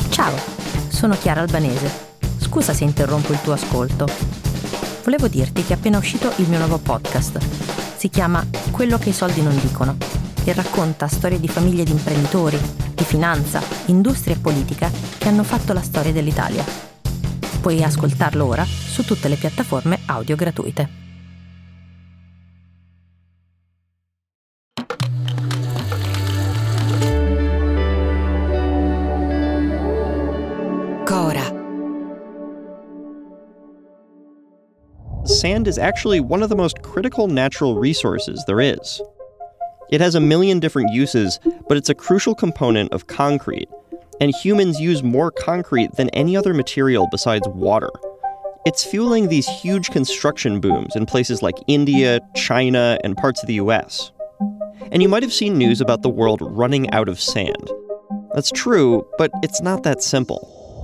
Ciao, sono Chiara Albanese. Scusa se interrompo il tuo ascolto. Volevo dirti che è appena uscito il mio nuovo podcast. Si chiama Quello che i soldi non dicono e racconta storie di famiglie di imprenditori, di finanza, industria e politica che hanno fatto la storia dell'Italia. Puoi ascoltarlo ora su tutte le piattaforme audio gratuite. Sand is actually one of the most critical natural resources there is. It has a million different uses, but it's a crucial component of concrete, and humans use more concrete than any other material besides water. It's fueling these huge construction booms in places like India, China, and parts of the US. And you might have seen news about the world running out of sand. That's true, but it's not that simple.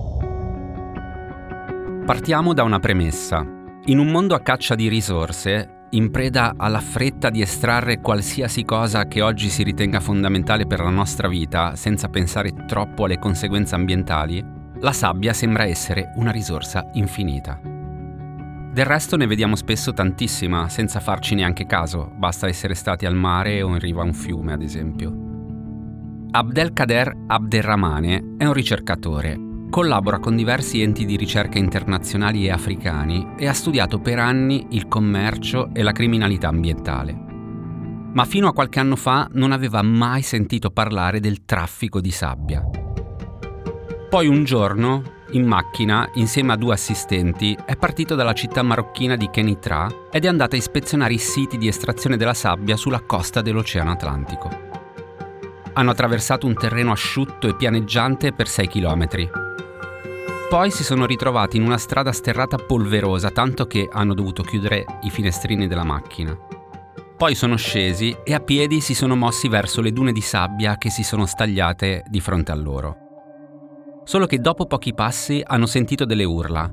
Partiamo da una premessa. In un mondo a caccia di risorse, in preda alla fretta di estrarre qualsiasi cosa che oggi si ritenga fondamentale per la nostra vita, senza pensare troppo alle conseguenze ambientali, la sabbia sembra essere una risorsa infinita. Del resto ne vediamo spesso tantissima, senza farci neanche caso, basta essere stati al mare o in riva a un fiume, ad esempio. Abdelkader Abderrahmane è un ricercatore. Collabora con diversi enti di ricerca internazionali e africani e ha studiato per anni il commercio e la criminalità ambientale. Ma fino a qualche anno fa non aveva mai sentito parlare del traffico di sabbia. Poi un giorno, in macchina, insieme a 2 assistenti, è partito dalla città marocchina di Kenitra ed è andato a ispezionare i siti di estrazione della sabbia sulla costa dell'Oceano Atlantico. Hanno attraversato un terreno asciutto e pianeggiante per 6 chilometri. Poi si sono ritrovati in una strada sterrata polverosa, tanto che hanno dovuto chiudere i finestrini della macchina. Poi sono scesi e a piedi si sono mossi verso le dune di sabbia che si sono stagliate di fronte a loro. Solo che dopo pochi passi hanno sentito delle urla.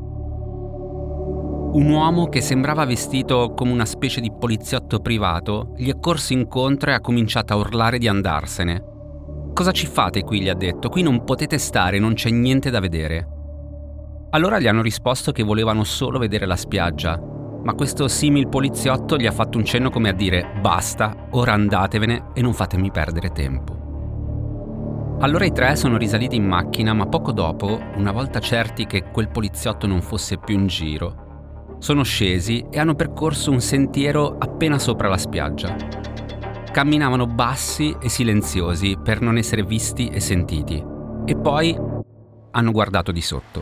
Un uomo che sembrava vestito come una specie di poliziotto privato gli è corso incontro e ha cominciato a urlare di andarsene. «Cosa ci fate qui?» gli ha detto. «Qui non potete stare, non c'è niente da vedere». Allora gli hanno risposto che volevano solo vedere la spiaggia, ma questo simil poliziotto gli ha fatto un cenno come a dire «Basta, ora andatevene e non fatemi perdere tempo». Allora i 3 sono risaliti in macchina, ma poco dopo, una volta certi che quel poliziotto non fosse più in giro, sono scesi e hanno percorso un sentiero appena sopra la spiaggia. Camminavano bassi e silenziosi per non essere visti e sentiti. E poi hanno guardato di sotto.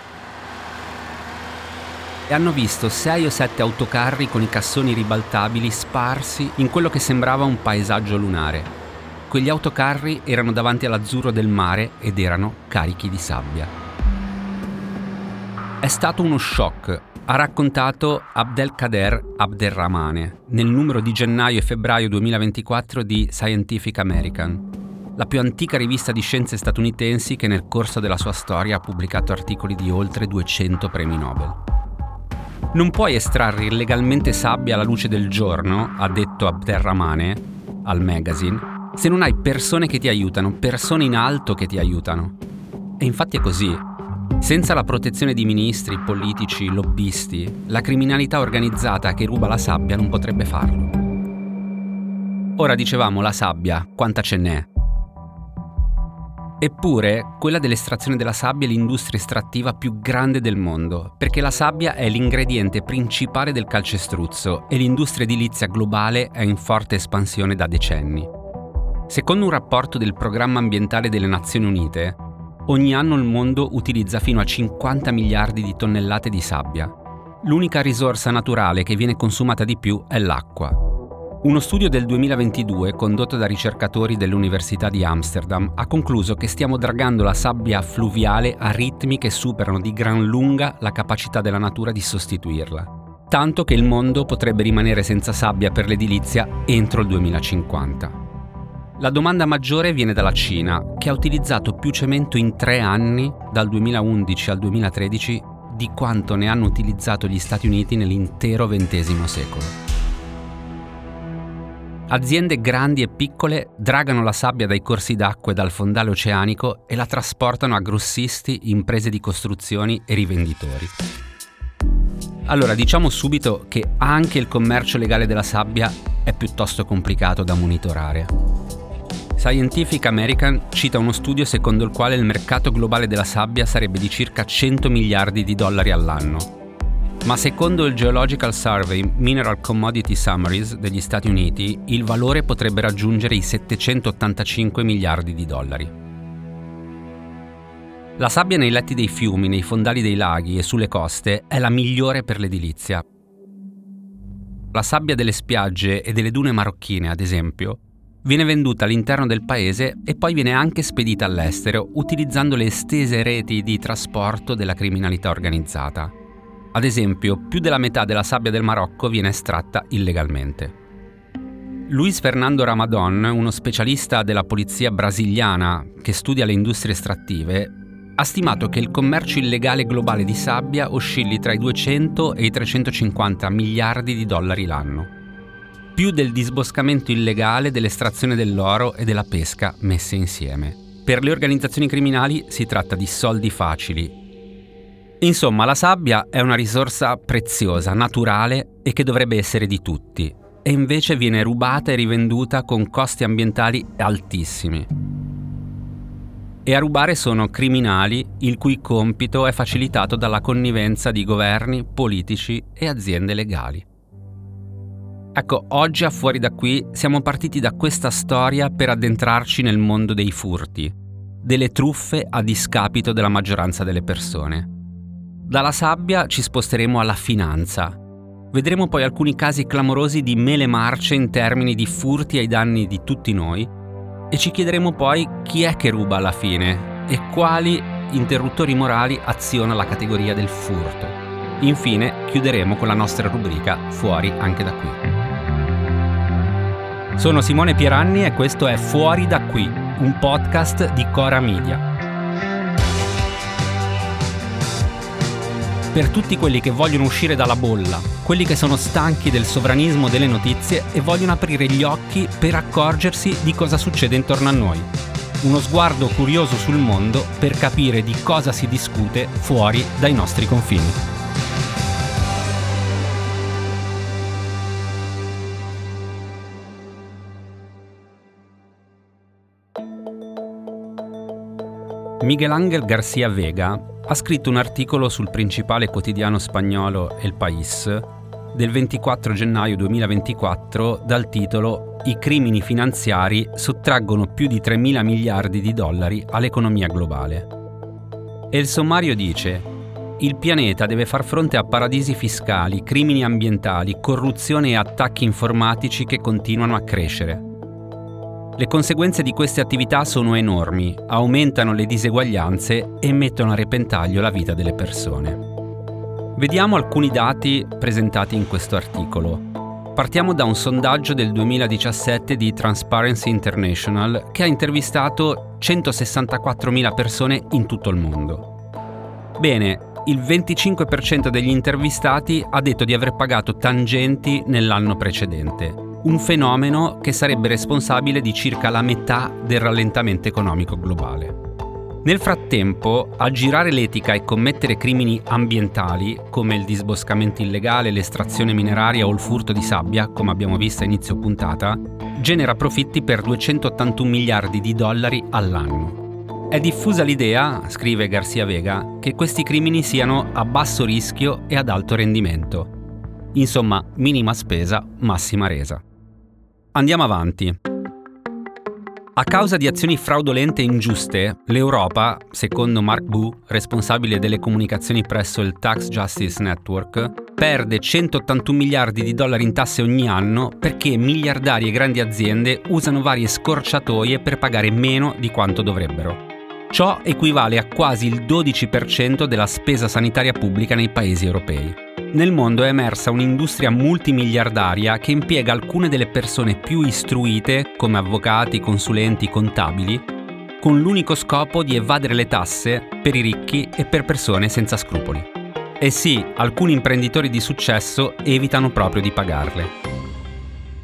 E hanno visto 6 o 7 autocarri con i cassoni ribaltabili sparsi in quello che sembrava un paesaggio lunare. Quegli autocarri erano davanti all'azzurro del mare ed erano carichi di sabbia. È stato uno shock. Ha raccontato Abdelkader Abderrahmane nel numero di gennaio e febbraio 2024 di Scientific American, la più antica rivista di scienze statunitensi che nel corso della sua storia ha pubblicato articoli di oltre 200 premi Nobel. Non puoi estrarre illegalmente sabbia alla luce del giorno, ha detto Abderrahmane al magazine, se non hai persone che ti aiutano, persone in alto che ti aiutano. E infatti è così. Senza la protezione di ministri, politici, lobbisti, la criminalità organizzata che ruba la sabbia non potrebbe farlo. Ora dicevamo la sabbia, quanta ce n'è? Eppure, quella dell'estrazione della sabbia è l'industria estrattiva più grande del mondo, perché la sabbia è l'ingrediente principale del calcestruzzo e l'industria edilizia globale è in forte espansione da decenni. Secondo un rapporto del Programma Ambientale delle Nazioni Unite, ogni anno il mondo utilizza fino a 50 miliardi di tonnellate di sabbia. L'unica risorsa naturale che viene consumata di più è l'acqua. Uno studio del 2022, condotto da ricercatori dell'Università di Amsterdam, ha concluso che stiamo dragando la sabbia fluviale a ritmi che superano di gran lunga la capacità della natura di sostituirla. Tanto che il mondo potrebbe rimanere senza sabbia per l'edilizia entro il 2050. La domanda maggiore viene dalla Cina, che ha utilizzato più cemento in 3 anni, dal 2011 al 2013, di quanto ne hanno utilizzato gli Stati Uniti nell'intero XX secolo. Aziende grandi e piccole dragano la sabbia dai corsi d'acqua e dal fondale oceanico e la trasportano a grossisti, imprese di costruzioni e rivenditori. Allora, diciamo subito che anche il commercio legale della sabbia è piuttosto complicato da monitorare. Scientific American cita uno studio secondo il quale il mercato globale della sabbia sarebbe di circa 100 miliardi di dollari all'anno. Ma secondo il Geological Survey Mineral Commodity Summaries degli Stati Uniti, il valore potrebbe raggiungere i 785 miliardi di dollari. La sabbia nei letti dei fiumi, nei fondali dei laghi e sulle coste è la migliore per l'edilizia. La sabbia delle spiagge e delle dune marocchine, ad esempio, viene venduta all'interno del paese e poi viene anche spedita all'estero utilizzando le estese reti di trasporto della criminalità organizzata. Ad esempio, più della metà della sabbia del Marocco viene estratta illegalmente. Luis Fernando Ramadan, uno specialista della polizia brasiliana che studia le industrie estrattive, ha stimato che il commercio illegale globale di sabbia oscilli tra i 200 e i 350 miliardi di dollari l'anno. Più del disboscamento illegale, dell'estrazione dell'oro e della pesca messe insieme. Per le organizzazioni criminali si tratta di soldi facili. Insomma, la sabbia è una risorsa preziosa, naturale e che dovrebbe essere di tutti, e invece viene rubata e rivenduta con costi ambientali altissimi. E a rubare sono criminali il cui compito è facilitato dalla connivenza di governi, politici e aziende legali. Ecco, oggi a Fuori da Qui siamo partiti da questa storia per addentrarci nel mondo dei furti, delle truffe a discapito della maggioranza delle persone. Dalla sabbia ci sposteremo alla finanza. Vedremo poi alcuni casi clamorosi di mele marce in termini di furti ai danni di tutti noi e ci chiederemo poi chi è che ruba alla fine e quali interruttori morali aziona la categoria del furto. Infine chiuderemo con la nostra rubrica Fuori anche da qui. Sono Simone Pieranni e questo è Fuori da Qui, un podcast di Cora Media. Per tutti quelli che vogliono uscire dalla bolla, quelli che sono stanchi del sovranismo delle notizie e vogliono aprire gli occhi per accorgersi di cosa succede intorno a noi. Uno sguardo curioso sul mondo per capire di cosa si discute fuori dai nostri confini. Miguel Ángel García Vega ha scritto un articolo sul principale quotidiano spagnolo El País del 24 gennaio 2024 dal titolo «I crimini finanziari sottraggono più di 3.000 miliardi di dollari all'economia globale». E il sommario dice: «Il pianeta deve far fronte a paradisi fiscali, crimini ambientali, corruzione e attacchi informatici che continuano a crescere. Le conseguenze di queste attività sono enormi, aumentano le diseguaglianze e mettono a repentaglio la vita delle persone». Vediamo alcuni dati presentati in questo articolo. Partiamo da un sondaggio del 2017 di Transparency International che ha intervistato 164.000 persone in tutto il mondo. Bene, il 25% degli intervistati ha detto di aver pagato tangenti nell'anno precedente. Un fenomeno che sarebbe responsabile di circa la metà del rallentamento economico globale. Nel frattempo, aggirare l'etica e commettere crimini ambientali, come il disboscamento illegale, l'estrazione mineraria o il furto di sabbia, come abbiamo visto a inizio puntata, genera profitti per 281 miliardi di dollari all'anno. È diffusa l'idea, scrive García Vega, che questi crimini siano a basso rischio e ad alto rendimento. Insomma, minima spesa, massima resa. Andiamo avanti. A causa di azioni fraudolente e ingiuste, l'Europa, secondo Mark Bu, responsabile delle comunicazioni presso il Tax Justice Network, perde 181 miliardi di dollari in tasse ogni anno perché miliardari e grandi aziende usano varie scorciatoie per pagare meno di quanto dovrebbero. Ciò equivale a quasi il 12% della spesa sanitaria pubblica nei paesi europei. Nel mondo è emersa un'industria multimiliardaria che impiega alcune delle persone più istruite, come avvocati, consulenti, contabili, con l'unico scopo di evadere le tasse per i ricchi e per persone senza scrupoli. E sì, alcuni imprenditori di successo evitano proprio di pagarle.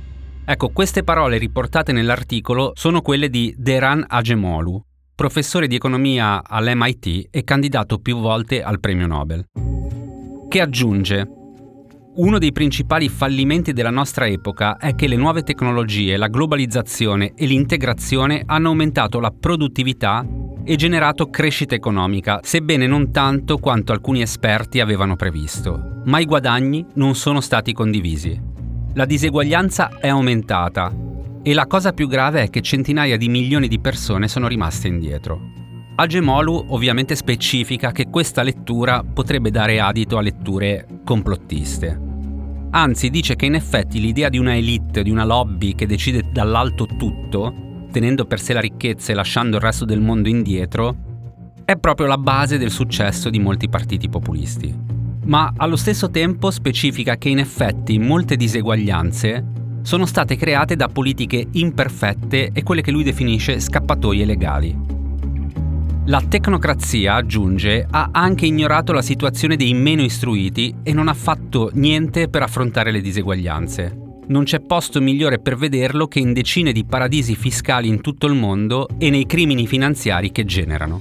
Ecco, queste parole riportate nell'articolo sono quelle di Dehran Acemoglu, professore di economia all'MIT e candidato più volte al premio Nobel, che aggiunge: uno dei principali fallimenti della nostra epoca è che le nuove tecnologie, la globalizzazione e l'integrazione hanno aumentato la produttività e generato crescita economica, sebbene non tanto quanto alcuni esperti avevano previsto. Ma i guadagni non sono stati condivisi. La diseguaglianza è aumentata e la cosa più grave è che centinaia di milioni di persone sono rimaste indietro. Acemoglu ovviamente specifica che questa lettura potrebbe dare adito a letture complottiste. Anzi, dice che in effetti l'idea di una elite, di una lobby che decide dall'alto tutto, tenendo per sé la ricchezza e lasciando il resto del mondo indietro, è proprio la base del successo di molti partiti populisti. Ma allo stesso tempo specifica che in effetti molte diseguaglianze sono state create da politiche imperfette e quelle che lui definisce scappatoie legali. La tecnocrazia, aggiunge, ha anche ignorato la situazione dei meno istruiti e non ha fatto niente per affrontare le diseguaglianze. Non c'è posto migliore per vederlo che in decine di paradisi fiscali in tutto il mondo e nei crimini finanziari che generano.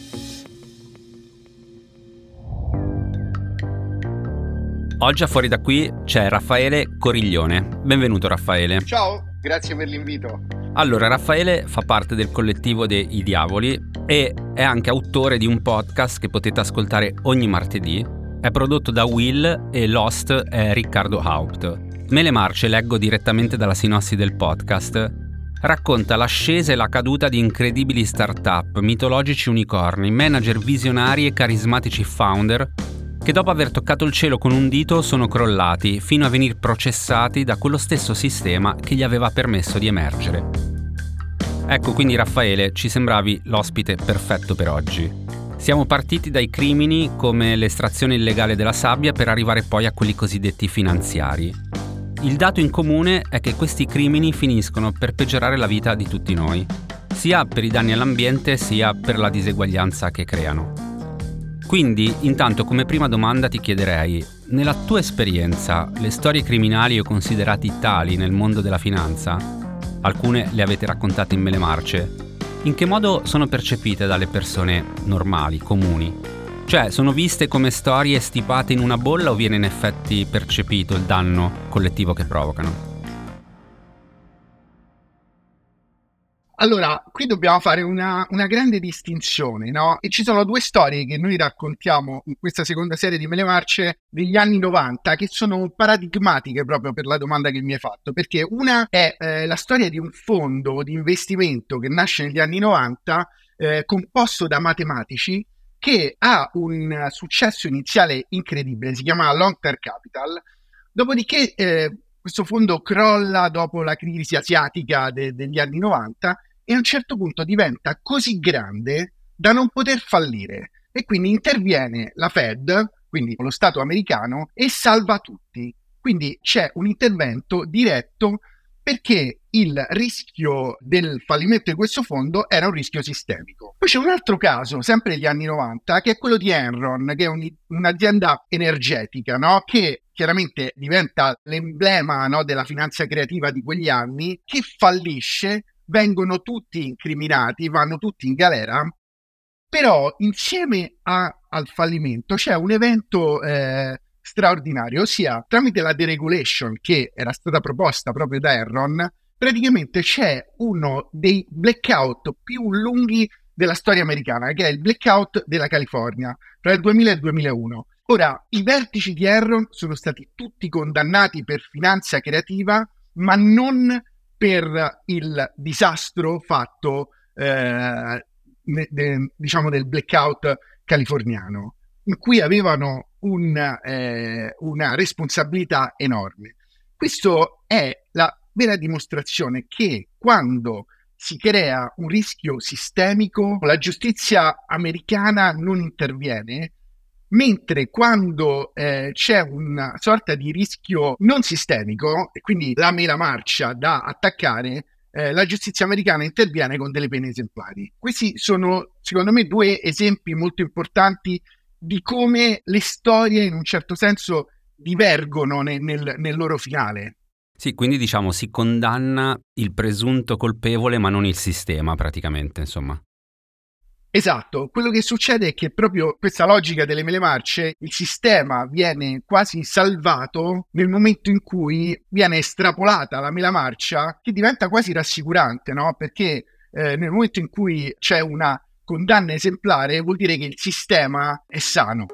Oggi a Fuori da qui c'è Raffaele Coriglione. Benvenuto Raffaele. Ciao, grazie per l'invito. Allora, Raffaele fa parte del collettivo dei Diavoli e è anche autore di un podcast che potete ascoltare ogni martedì. È prodotto da Will e l'host è Riccardo Haupt. Mele Marce, leggo direttamente dalla sinossi del podcast, racconta l'ascesa e la caduta di incredibili start-up, mitologici unicorni, manager visionari e carismatici founder che dopo aver toccato il cielo con un dito sono crollati fino a venir processati da quello stesso sistema che gli aveva permesso di emergere. Ecco, quindi Raffaele, ci sembravi l'ospite perfetto per oggi. Siamo partiti dai crimini come l'estrazione illegale della sabbia per arrivare poi a quelli cosiddetti finanziari. Il dato in comune è che questi crimini finiscono per peggiorare la vita di tutti noi, sia per i danni all'ambiente sia per la diseguaglianza che creano. Quindi, intanto, come prima domanda ti chiederei, nella tua esperienza, le storie criminali o considerati tali nel mondo della finanza, alcune le avete raccontate in Mele Marce, in che modo sono percepite dalle persone normali, comuni? Cioè, sono viste come storie stipate in una bolla o viene in effetti percepito il danno collettivo che provocano? Allora, qui dobbiamo fare una grande distinzione, no? E ci sono due storie che noi raccontiamo in questa seconda serie di Mele Marce degli anni 90 che sono paradigmatiche proprio per la domanda che mi hai fatto, perché una è la storia di un fondo di investimento che nasce negli anni 90 composto da matematici che ha un successo iniziale incredibile, si chiama Long Term Capital, dopodiché questo fondo crolla dopo la crisi asiatica degli anni 90 e a un certo punto diventa così grande da non poter fallire e quindi interviene la Fed, quindi lo Stato americano, e salva tutti. Quindi c'è un intervento diretto perché il rischio del fallimento di questo fondo era un rischio sistemico. Poi c'è un altro caso, sempre degli anni 90, che è quello di Enron, che è un'azienda energetica, no? Che chiaramente diventa l'emblema, no, della finanza creativa di quegli anni, che fallisce, vengono tutti incriminati, vanno tutti in galera, però insieme al fallimento c'è un evento straordinario, ossia tramite la deregulation che era stata proposta proprio da Enron, praticamente c'è uno dei blackout più lunghi della storia americana, che è il blackout della California, tra il 2000 e il 2001. Ora, i vertici di Enron sono stati tutti condannati per finanza creativa, ma non per il disastro fatto, diciamo, del blackout californiano, in cui avevano una responsabilità enorme. Questo è la vera dimostrazione che quando si crea un rischio sistemico, la giustizia americana non interviene, mentre quando c'è una sorta di rischio non sistemico, e quindi la mela marcia da attaccare, la giustizia americana interviene con delle pene esemplari. Questi sono, secondo me, due esempi molto importanti di come le storie in un certo senso divergono nel loro finale. Sì, quindi diciamo si condanna il presunto colpevole ma non il sistema praticamente, insomma. Esatto, quello che succede è che proprio questa logica delle mele marce, il sistema viene quasi salvato nel momento in cui viene estrapolata la mela marcia, che diventa quasi rassicurante, no? Perché nel momento in cui c'è una condanna esemplare vuol dire che il sistema è sano.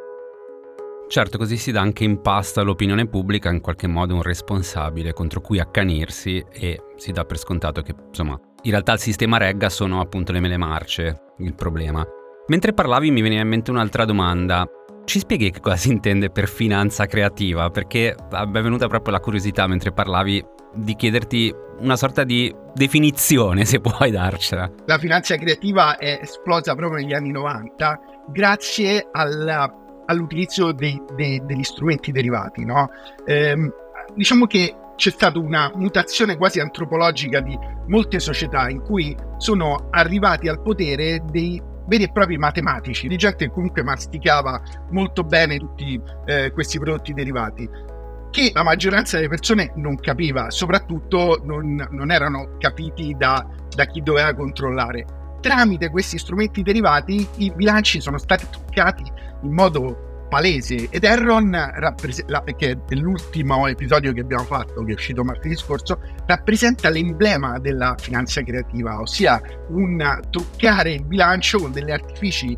Certo, così si dà anche in pasta all'opinione pubblica, in qualche modo un responsabile contro cui accanirsi, e si dà per scontato che, insomma, in realtà il sistema regga sono appunto le mele marce il problema. Mentre parlavi mi veniva in mente un'altra domanda. Ci spieghi che cosa si intende per finanza creativa? Perché mi è venuta proprio la curiosità mentre parlavi di chiederti una sorta di definizione, se puoi darcela. La finanza creativa è esplosa proprio negli anni 90 grazie all'utilizzo degli strumenti derivati, no? Diciamo che c'è stata una mutazione quasi antropologica di molte società in cui sono arrivati al potere dei veri e propri matematici, di gente che comunque masticava molto bene tutti questi prodotti derivati, che la maggioranza delle persone non capiva, soprattutto non erano capiti da chi doveva controllare. Tramite questi strumenti derivati i bilanci sono stati truccati in modo palese, ed Enron, che è l'ultimo episodio che abbiamo fatto, che è uscito martedì scorso, rappresenta l'emblema della finanza creativa, ossia un truccare il bilancio con degli artifici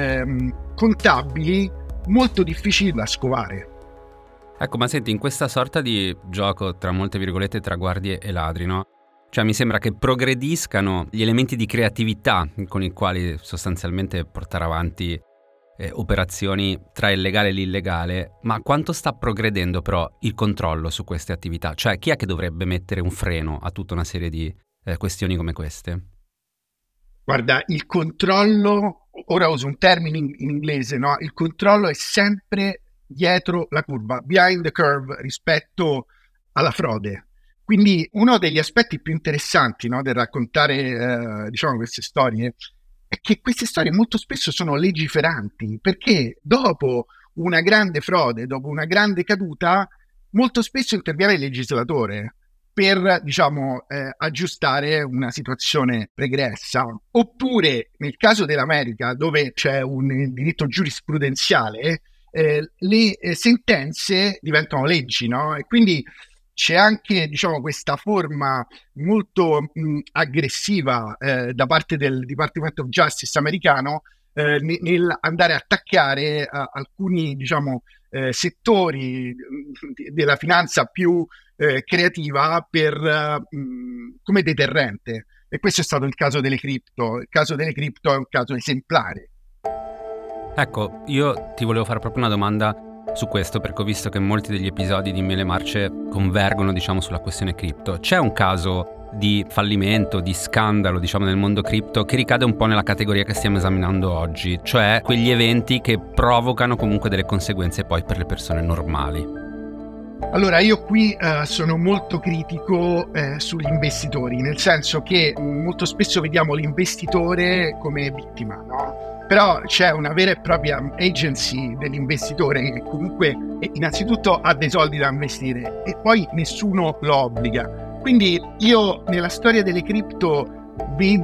contabili molto difficili da scovare. Ecco, ma senti, in questa sorta di gioco tra molte virgolette tra guardie e ladri, no? Cioè mi sembra che progrediscano gli elementi di creatività con i quali sostanzialmente portare avanti operazioni tra il legale e l'illegale, ma quanto sta progredendo però il controllo su queste attività? Cioè chi è che dovrebbe mettere un freno a tutta una serie di questioni come queste? Guarda, il controllo, ora uso un termine in inglese, no? Il controllo è sempre dietro la curva, behind the curve, rispetto alla frode. Quindi uno degli aspetti più interessanti, no, del raccontare diciamo queste storie è che queste storie molto spesso sono legiferanti, perché dopo una grande frode, dopo una grande caduta, molto spesso interviene il legislatore per, diciamo, aggiustare una situazione pregressa. Oppure nel caso dell'America, dove c'è un diritto giurisprudenziale, le sentenze diventano leggi, no? E quindi c'è anche, diciamo, questa forma molto aggressiva da parte del Department of Justice americano nel andare a attaccare alcuni, diciamo, settori della finanza più creativa come deterrente. E questo è stato il caso delle cripto. Il caso delle cripto è un caso esemplare. Ecco, io ti volevo fare proprio una domanda su questo, perché ho visto che molti degli episodi di Mele Marce convergono, diciamo, sulla questione cripto. C'è un caso di fallimento, di scandalo, diciamo, nel mondo cripto che ricade un po' nella categoria che stiamo esaminando oggi, cioè quegli eventi che provocano comunque delle conseguenze poi per le persone normali? Allora, io qui sono molto critico sugli investitori, nel senso che molto spesso vediamo l'investitore come vittima, no? Però c'è una vera e propria agency dell'investitore che comunque innanzitutto ha dei soldi da investire e poi nessuno lo obbliga. Quindi io nella storia delle cripto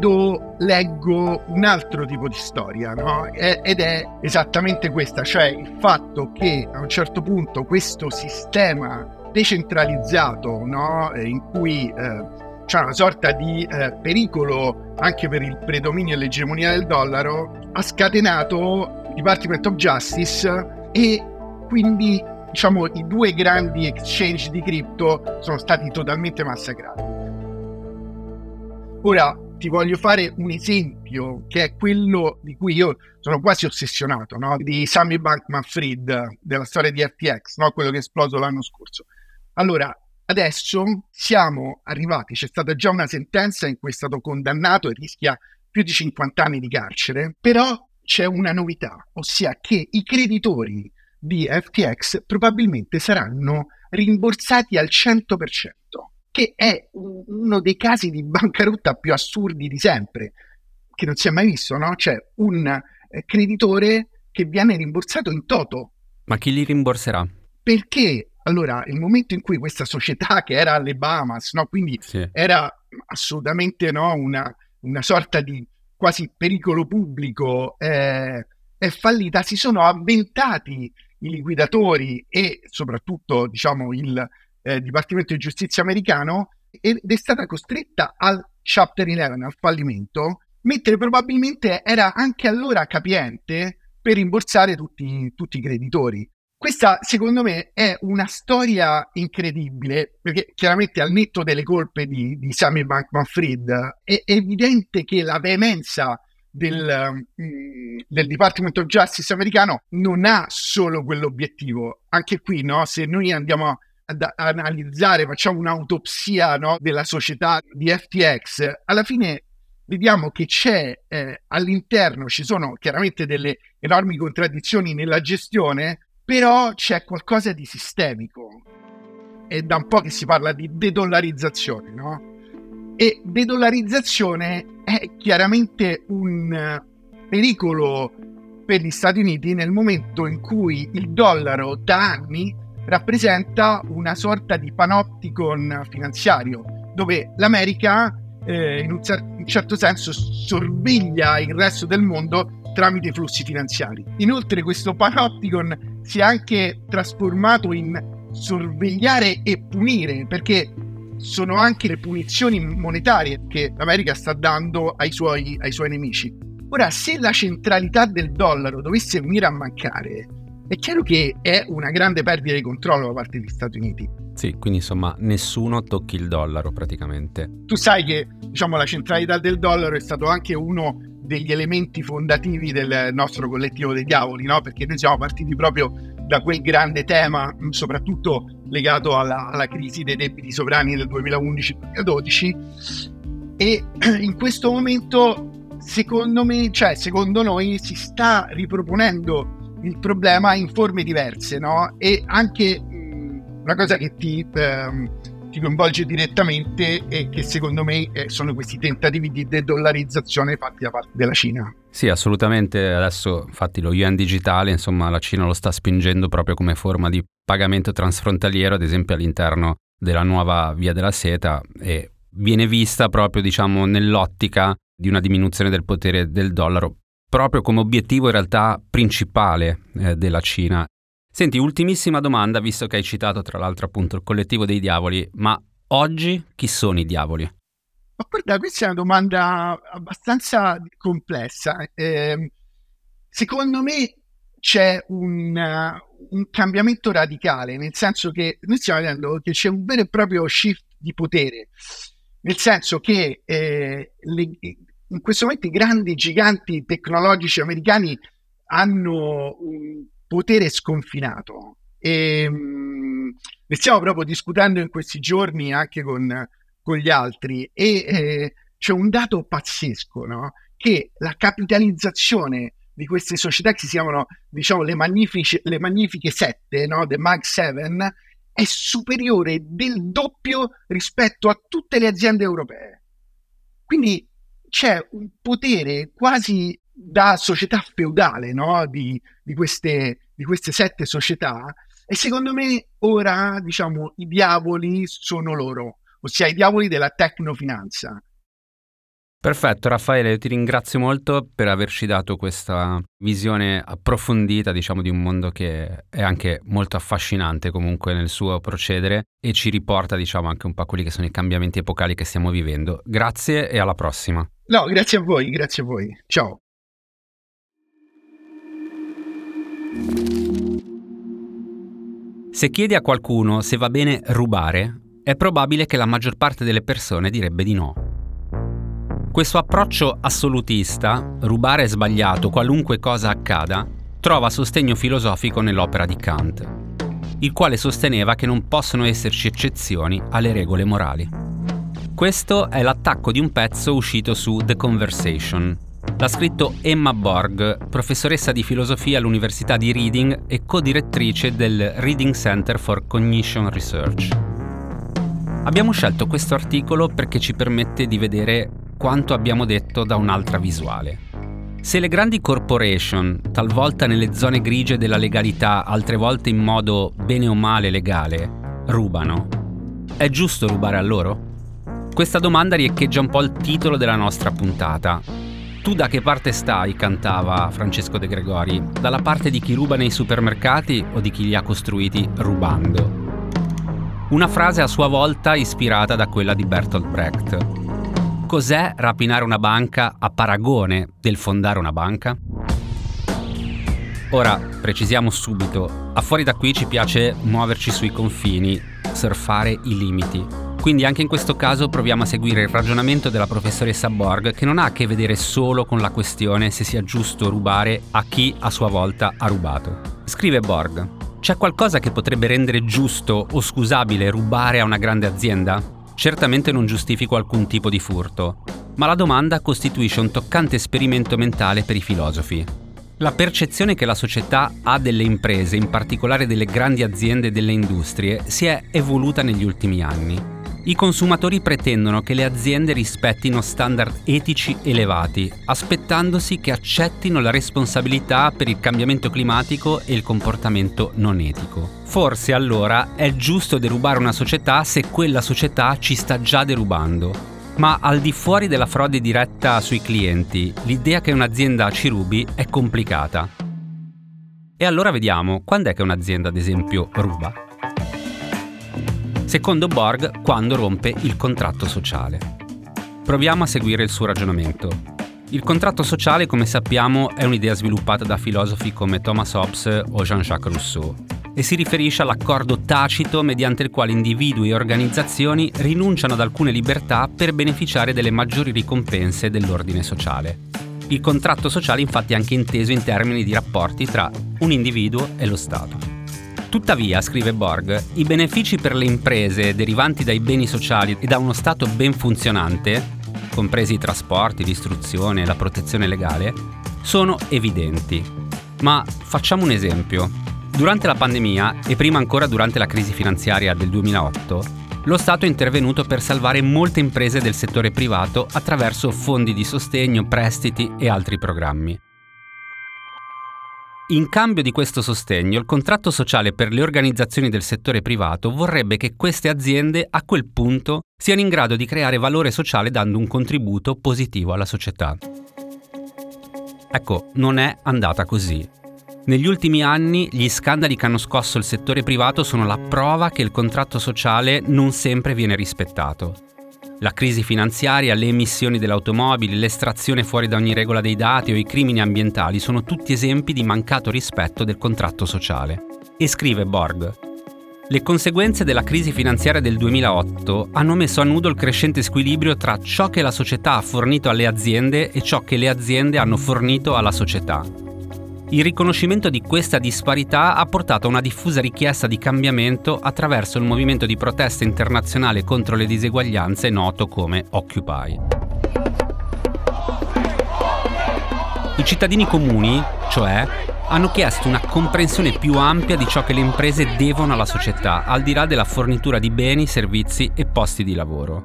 leggo un altro tipo di storia, no? Ed è esattamente questa, cioè il fatto che a un certo punto questo sistema decentralizzato, no? In cui c'è una sorta di pericolo anche per il predominio e l'egemonia del dollaro, ha scatenato il Department of Justice e quindi, diciamo, i due grandi exchange di cripto sono stati totalmente massacrati. Ora ti voglio fare un esempio che è quello di cui io sono quasi ossessionato, no? Di Sammy Bankman-Fried, della storia di FTX, no? Quello che è esploso l'anno scorso. Allora, adesso siamo arrivati, c'è stata già una sentenza in cui è stato condannato e rischia più di 50 anni di carcere, però c'è una novità, ossia che i creditori di FTX probabilmente saranno rimborsati al 100%, che è uno dei casi di bancarotta più assurdi di sempre, che non si è mai visto, no? C'è un creditore che viene rimborsato in toto. Ma chi li rimborserà? Perché Allora, il momento in cui questa società, che era alle Bahamas, no? Quindi era assolutamente, no, una sorta di quasi pericolo pubblico, è fallita, si sono avventati i liquidatori e soprattutto, diciamo, il Dipartimento di Giustizia americano, ed è stata costretta al Chapter 11, al fallimento, mentre probabilmente era anche allora capiente per rimborsare tutti i creditori. Questa, secondo me, è una storia incredibile, perché chiaramente al netto delle colpe di Sammy Bankman-Fried è evidente che la veemenza del Department of Justice americano non ha solo quell'obiettivo. Anche qui, no, se noi andiamo ad analizzare, facciamo un'autopsia, no, della società di FTX, alla fine vediamo che c'è all'interno, ci sono chiaramente delle enormi contraddizioni nella gestione, però c'è qualcosa di sistemico. È da un po' che si parla di dedollarizzazione, no? E dedollarizzazione è chiaramente un pericolo per gli Stati Uniti nel momento in cui il dollaro da anni rappresenta una sorta di panopticon finanziario, dove l'America in un certo senso sorveglia il resto del mondo tramite i flussi finanziari. Inoltre questo panopticon si è anche trasformato in sorvegliare e punire, perché sono anche le punizioni monetarie che l'America sta dando ai suoi nemici. Ora, se la centralità del dollaro dovesse venire a mancare, è chiaro che è una grande perdita di controllo da parte degli Stati Uniti. Sì, quindi insomma nessuno tocchi il dollaro praticamente. Tu sai che, diciamo, la centralità del dollaro è stato anche uno degli elementi fondativi del nostro collettivo dei diavoli, no? Perché noi siamo partiti proprio da quel grande tema, soprattutto legato alla crisi dei debiti sovrani del 2011-2012, e in questo momento, secondo noi, si sta riproponendo il problema in forme diverse, no? E anche una cosa che ti coinvolge direttamente e che secondo me sono questi tentativi di dedollarizzazione fatti da parte della Cina. Sì, assolutamente. Adesso infatti lo yuan digitale, insomma, la Cina lo sta spingendo proprio come forma di pagamento transfrontaliero, ad esempio all'interno della nuova Via della Seta, e viene vista proprio, diciamo, nell'ottica di una diminuzione del potere del dollaro, proprio come obiettivo in realtà principale della Cina. Senti, ultimissima domanda, visto che hai citato tra l'altro appunto il collettivo dei diavoli, ma oggi chi sono i diavoli? Ma guarda, questa è una domanda abbastanza complessa. Secondo me c'è un cambiamento radicale, nel senso che noi stiamo vedendo che c'è un vero e proprio shift di potere, nel senso che in questo momento i grandi giganti tecnologici americani hanno un potere sconfinato e ne stiamo proprio discutendo in questi giorni anche con gli altri, e c'è un dato pazzesco, no? Che la capitalizzazione di queste società, che si chiamano, diciamo, le magnifiche 7, no? The Mag 7, è superiore del doppio rispetto a tutte le aziende europee. Quindi c'è un potere quasi da società feudale, no? di queste 7 società, e secondo me ora, diciamo, i diavoli sono loro, ossia i diavoli della tecnofinanza. Perfetto, Raffaele, io ti ringrazio molto per averci dato questa visione approfondita, diciamo, di un mondo che è anche molto affascinante comunque nel suo procedere e ci riporta, diciamo, anche un po' a quelli che sono i cambiamenti epocali che stiamo vivendo. Grazie e alla prossima. No, grazie a voi. Ciao. Se chiedi a qualcuno se va bene rubare, è probabile che la maggior parte delle persone direbbe di no. Questo approccio assolutista, rubare è sbagliato qualunque cosa accada, trova sostegno filosofico nell'opera di Kant, il quale sosteneva che non possono esserci eccezioni alle regole morali. Questo è l'attacco di un pezzo uscito su The Conversation. L'ha scritto Emma Borg, professoressa di filosofia all'Università di Reading e co-direttrice del Reading Center for Cognition Research. Abbiamo scelto questo articolo perché ci permette di vedere quanto abbiamo detto da un'altra visuale. Se le grandi corporation, talvolta nelle zone grigie della legalità, altre volte in modo bene o male legale, rubano, è giusto rubare a loro? Questa domanda riecheggia un po' il titolo della nostra puntata. Tu da che parte stai? Cantava Francesco De Gregori. Dalla parte di chi ruba nei supermercati o di chi li ha costruiti rubando? Una frase a sua volta ispirata da quella di Bertolt Brecht. Cos'è rapinare una banca a paragone del fondare una banca? Ora, precisiamo subito, a Fuori da qui ci piace muoverci sui confini, surfare i limiti. Quindi anche in questo caso proviamo a seguire il ragionamento della professoressa Borg, che non ha a che vedere solo con la questione se sia giusto rubare a chi a sua volta ha rubato. Scrive Borg: c'è qualcosa che potrebbe rendere giusto o scusabile rubare a una grande azienda? Certamente non giustifico alcun tipo di furto, ma la domanda costituisce un toccante esperimento mentale per i filosofi. La percezione che la società ha delle imprese, in particolare delle grandi aziende e delle industrie, si è evoluta negli ultimi anni. I consumatori pretendono che le aziende rispettino standard etici elevati, aspettandosi che accettino la responsabilità per il cambiamento climatico e il comportamento non etico. Forse allora è giusto derubare una società se quella società ci sta già derubando. Ma al di fuori della frode diretta sui clienti, l'idea che un'azienda ci rubi è complicata. E allora vediamo, quando è che un'azienda, ad esempio, ruba? Secondo Borg, quando rompe il contratto sociale. Proviamo a seguire il suo ragionamento. Il contratto sociale, come sappiamo, è un'idea sviluppata da filosofi come Thomas Hobbes o Jean-Jacques Rousseau e si riferisce all'accordo tacito mediante il quale individui e organizzazioni rinunciano ad alcune libertà per beneficiare delle maggiori ricompense dell'ordine sociale. Il contratto sociale infatti è anche inteso in termini di rapporti tra un individuo e lo Stato. Tuttavia, scrive Borg, i benefici per le imprese derivanti dai beni sociali e da uno Stato ben funzionante, compresi i trasporti, l'istruzione e la protezione legale, sono evidenti. Ma facciamo un esempio. Durante la pandemia, e prima ancora durante la crisi finanziaria del 2008, lo Stato è intervenuto per salvare molte imprese del settore privato attraverso fondi di sostegno, prestiti e altri programmi. In cambio di questo sostegno, il contratto sociale per le organizzazioni del settore privato vorrebbe che queste aziende a quel punto siano in grado di creare valore sociale dando un contributo positivo alla società. Ecco, non è andata così. Negli ultimi anni gli scandali che hanno scosso il settore privato sono la prova che il contratto sociale non sempre viene rispettato. La crisi finanziaria, le emissioni delle automobili, l'estrazione fuori da ogni regola dei dati o i crimini ambientali sono tutti esempi di mancato rispetto del contratto sociale. E scrive Borg: le conseguenze della crisi finanziaria del 2008 hanno messo a nudo il crescente squilibrio tra ciò che la società ha fornito alle aziende e ciò che le aziende hanno fornito alla società. Il riconoscimento di questa disparità ha portato a una diffusa richiesta di cambiamento attraverso il movimento di protesta internazionale contro le diseguaglianze noto come Occupy. I cittadini comuni, cioè, hanno chiesto una comprensione più ampia di ciò che le imprese devono alla società, al di là della fornitura di beni, servizi e posti di lavoro.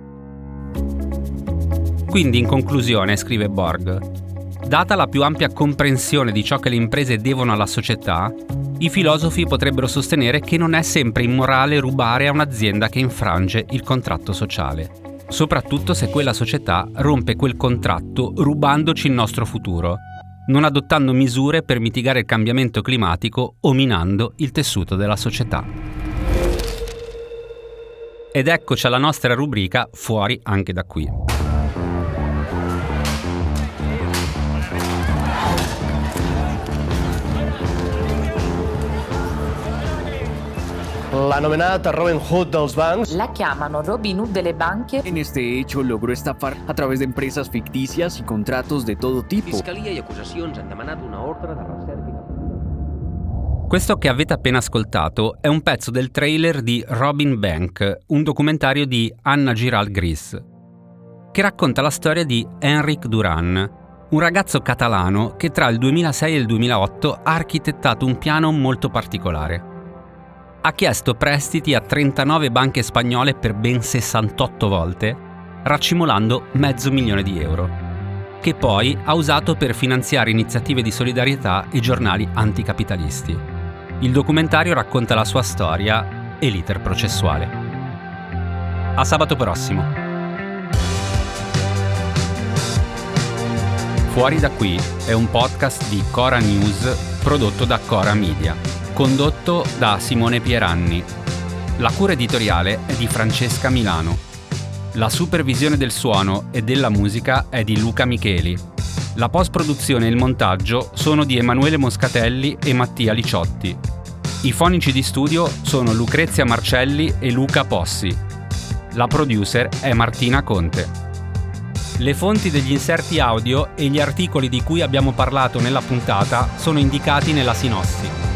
Quindi, in conclusione, scrive Borg, data la più ampia comprensione di ciò che le imprese devono alla società, i filosofi potrebbero sostenere che non è sempre immorale rubare a un'azienda che infrange il contratto sociale, soprattutto se quella società rompe quel contratto rubandoci il nostro futuro, non adottando misure per mitigare il cambiamento climatico o minando il tessuto della società. Ed eccoci alla nostra rubrica Fuori anche da qui. L'anomenata Robin Hood dels bancs. La chiamano Robin Hood delle banche. En este hecho logró estafar a través de empresas ficticias y contratos de todo tipo. Fiscalia i acusacions han demanat una ordre de recerca. Questo che avete appena ascoltato è un pezzo del trailer di Robin Bank, un documentario di Anna Giral Gris, che racconta la storia di Enric Duran, un ragazzo catalano che tra il 2006 e il 2008 ha architettato un piano molto particolare. Ha chiesto prestiti a 39 banche spagnole per ben 68 volte, raccimolando €500.000. che poi ha usato per finanziare iniziative di solidarietà e giornali anticapitalisti. Il documentario racconta la sua storia e l'iter processuale. A sabato prossimo. Fuori da qui è un podcast di Cora News prodotto da Cora Media, condotto da Simone Pieranni. La cura editoriale è di Francesca Milano. La supervisione del suono e della musica è di Luca Micheli. La post-produzione e il montaggio sono di Emanuele Moscatelli e Mattia Liciotti. I fonici di studio sono Lucrezia Marcelli e Luca Possi. La producer è Martina Conte. Le fonti degli inserti audio e gli articoli di cui abbiamo parlato nella puntata sono indicati nella sinossi.